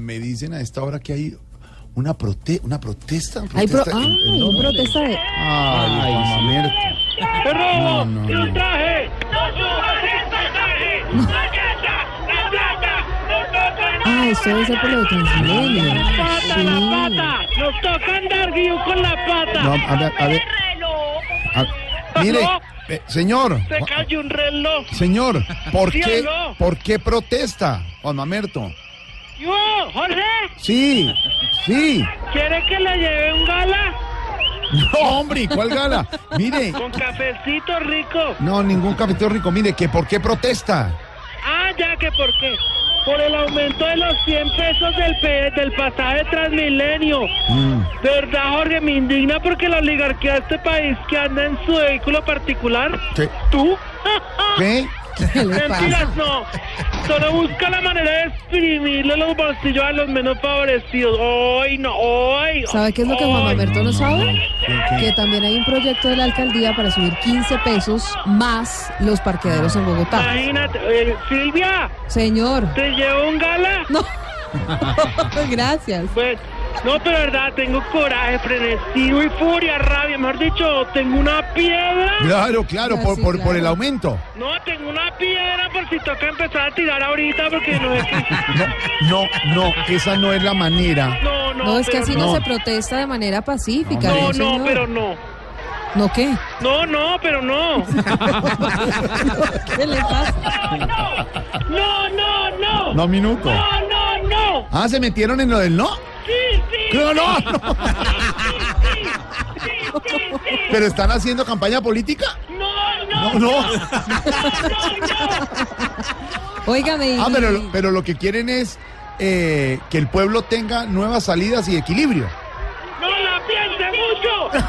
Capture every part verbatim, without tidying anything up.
me dicen a esta hora que hay una prote una protesta. Una Hay pro protesta ah, ¿en, en una protesta de... Ay, Ay Mamerto. ¡Te robo! No, no, no. ¡Un traje! ¡No subas este traje! ¡La casa! ¡La plata! ¡Nos toca Ah, esto debe ser por lo de Transmilenio. ¡La pata, Sí. la pata! ¡Nos toca andar, Guillo, con la pata! No, a ver, a ver. a- mire, eh, señor. Se cayó un reloj. Señor, ¿por Sí, qué, aló. ¿por qué protesta, Juan Mamerto? ¿Yo, Jorge? Sí, sí. ¿Quiere que le lleve un gala? No, hombre, ¿cuál gala? Mire, Con cafecito rico. no, ningún cafetero rico. Mire, que ¿por qué protesta? Ah, ya que por qué. Por el aumento de los cien pesos del, pe- del pasaje Transmilenio. Mm. De verdad, Jorge, me indigna porque la oligarquía de este país que anda en su vehículo particular. ¿Qué? ¿Tú? ¿Qué? ¿Qué le Mentiras, pasa? no. Solo busca la manera de exprimirle los bolsillos a los menos favorecidos. Hoy no, hoy. ¿Sabe qué es lo que Juan hoy. Mamerto no sabe? ¿Qué, qué? Que también hay un proyecto de la alcaldía para subir quince pesos más los parqueaderos en Bogotá. Imagínate, eh, Silvia, Señor. ¿te llevo un gala? No. Gracias. Pues, no, pero verdad, tengo coraje, frenesí y furia, rabia. Mejor dicho, tengo una piedra. Claro, claro, Ah, por, sí, por, claro. por el aumento. No, tengo una piedra por si toca empezar a tirar ahorita porque no es que... No, no, no, esa no es la manera. No, no, No, es que pero así no. no se protesta de manera pacífica. No, no, señor. pero no. ¿No qué? No, no, pero no. ¿Qué le pasa? No, no, no. No, minuto. No, no, no. Ah, ¿se metieron en lo del no? Sí, sí. No, no, no. Sí, sí, sí, sí. ¿Pero están haciendo campaña política? No, no. No, no. No, no, no. Óigame. y- Ah, pero, pero lo que quieren es eh, que el pueblo tenga nuevas salidas y equilibrio. No la piense mucho.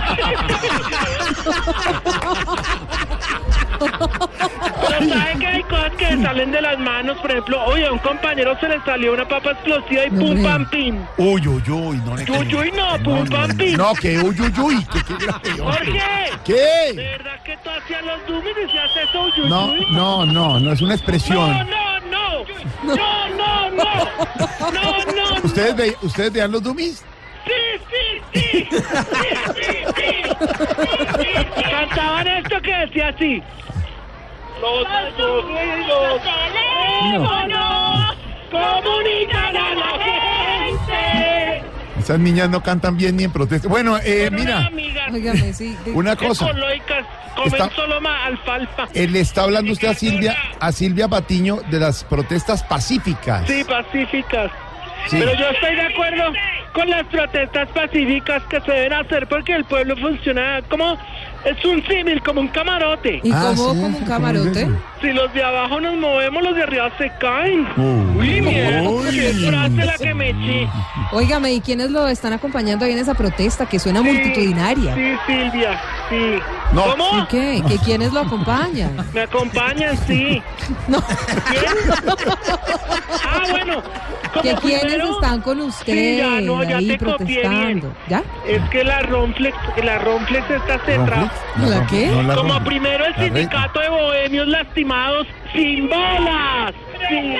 Pero sabe que hay cosas que le salen de las manos. Por ejemplo, oye, a un compañero se le salió una papa explosiva y No, pum hombre. pam pim. Uy, uy, uy, no le Uy, uy, no, pum, pam, pim. No, que uy, uy, uy, que qué grave, hombre. Jorge, ¿de ¿Qué? verdad que tú hacías los dummies y decías eso? Uy, uy, No, uy? no, no, no es una No, expresión. no, no. No, no, no. No, no, no. ¿Ustedes, ve, ¿Ustedes vean los dummies? Sí, sí, sí. Sí, sí, sí. Cantaban esto que decía así. Los sonidos teléfonos comunican a la gente. Esas niñas no cantan bien ni en protesta. Bueno, eh, Son unas mira, amigas Óigame, sí. de- una cosa. ecológicas, comen Está- solo más alfalfa. Eh, le está hablando usted a Silvia, a Silvia Patiño de las protestas pacíficas. Sí, pacíficas. Sí. Pero yo estoy de acuerdo con las protestas pacíficas que se deben hacer porque el pueblo funciona como... Es un símil, como un camarote. ¿Y Ah, cómo, sí, como un ¿cómo es camarote? eso? Si los de abajo nos movemos, los de arriba se caen. Uy. Uy, mierda, Uy. qué frase la que me eché. Óigame, ¿y quiénes lo están acompañando ahí en esa protesta que suena multitudinaria? Sí, Silvia, sí. No, ¿Cómo? ¿Y qué? ¿Que quiénes lo acompañan? Me acompañan, sí. No, ¿Quién? Ah, bueno. Como ¿que quiénes primero- están con usted Sí, ya, no, ya ahí te copié bien. protestando? ¿Ya? Es que la Ronflex, la Ronflex está cerrada. ¿Ronflex? ¿La qué? no, la Como Ronflex. primero el La red. sindicato de bohemios lastimados sin bolas. Sin...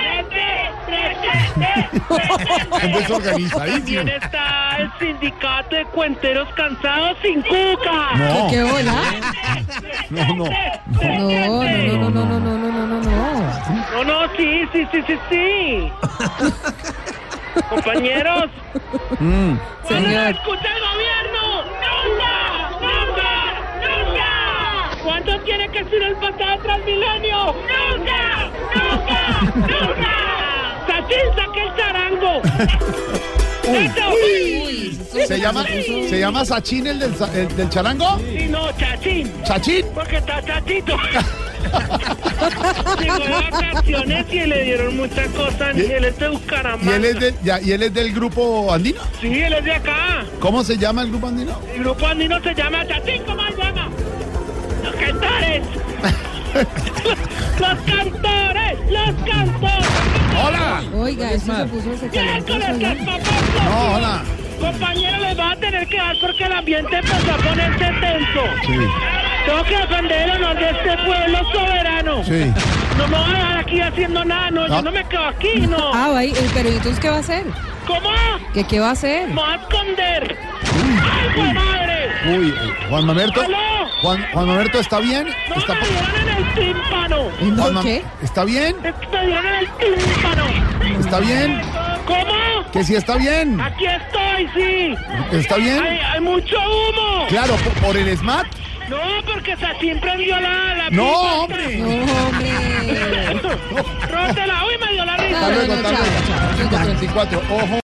Son desorganizadísimos. También está el sindicato de cuenteros cansados sin cuca. No, ¿Qué hola? no, no. No, no, no, no, no, no, no, no, no, no. No, no, sí, sí, sí, sí, sí. Compañeros, Mm. ¿cuándo Señor. nos escucha el gobierno? ¡Nunca! ¡Nunca! ¡Nunca! ¿Cuánto tiene que ser el pasaje Transmilenio? ¡Nunca! ¡Nunca! ¡Nunca! ¡Sachín, saque el charango! ¡Eso! Uy, ¿Se llama, ¿Se llama Sachín el del, sa- el del charango? Sí, no, chachín. ¿Chachín? Porque está chachito. Llegó de vacaciones y le dieron muchas cosas. ¿Y- Él es de ¿Y Bucaramanga. él, es de, ya, ¿Y él es del grupo andino? Sí, él es de acá. ¿Cómo se llama el grupo andino? El grupo andino se llama Chachín, ¿cómo se llama? Los cantores. Los cantores, los cantores. ¡Hola! Oiga, eso se puso ese Miércoles, calentoso las ya. papas. No, hola. Compañero, les va a tener que dar porque el ambiente empezó a ponerse tenso. Sí. Tengo que defender el honor de este pueblo soberano. Sí. No me voy a dejar aquí haciendo nada, no, Ah. yo no me quedo aquí, no. Ah, ahí, pero ¿y entonces qué va a hacer? ¿Cómo? ¿Qué, qué va a hacer? Me voy a esconder. ¡Ay, pues madre! Uy, eh, Juan Mamerto. ¡Aló! Juan, Juan Mamerto, ¿está bien? No, ¿Está, me dieron en el tímpano. ¿En Juan Ma- qué? ¿Está bien? Me dieron en el tímpano. ¿Está bien? ¿Cómo? Que sí está bien. Aquí estoy, sí. ¿Está bien? Hay, hay mucho humo. Claro, por, por el S M A T. No, porque Sachin prendió la, la No, pipa. hombre. No, hombre. Rótela. Uy, me dio la risa. Hasta No, luego, no, hasta chao, luego. chao. cinco veinticuatro, ojo.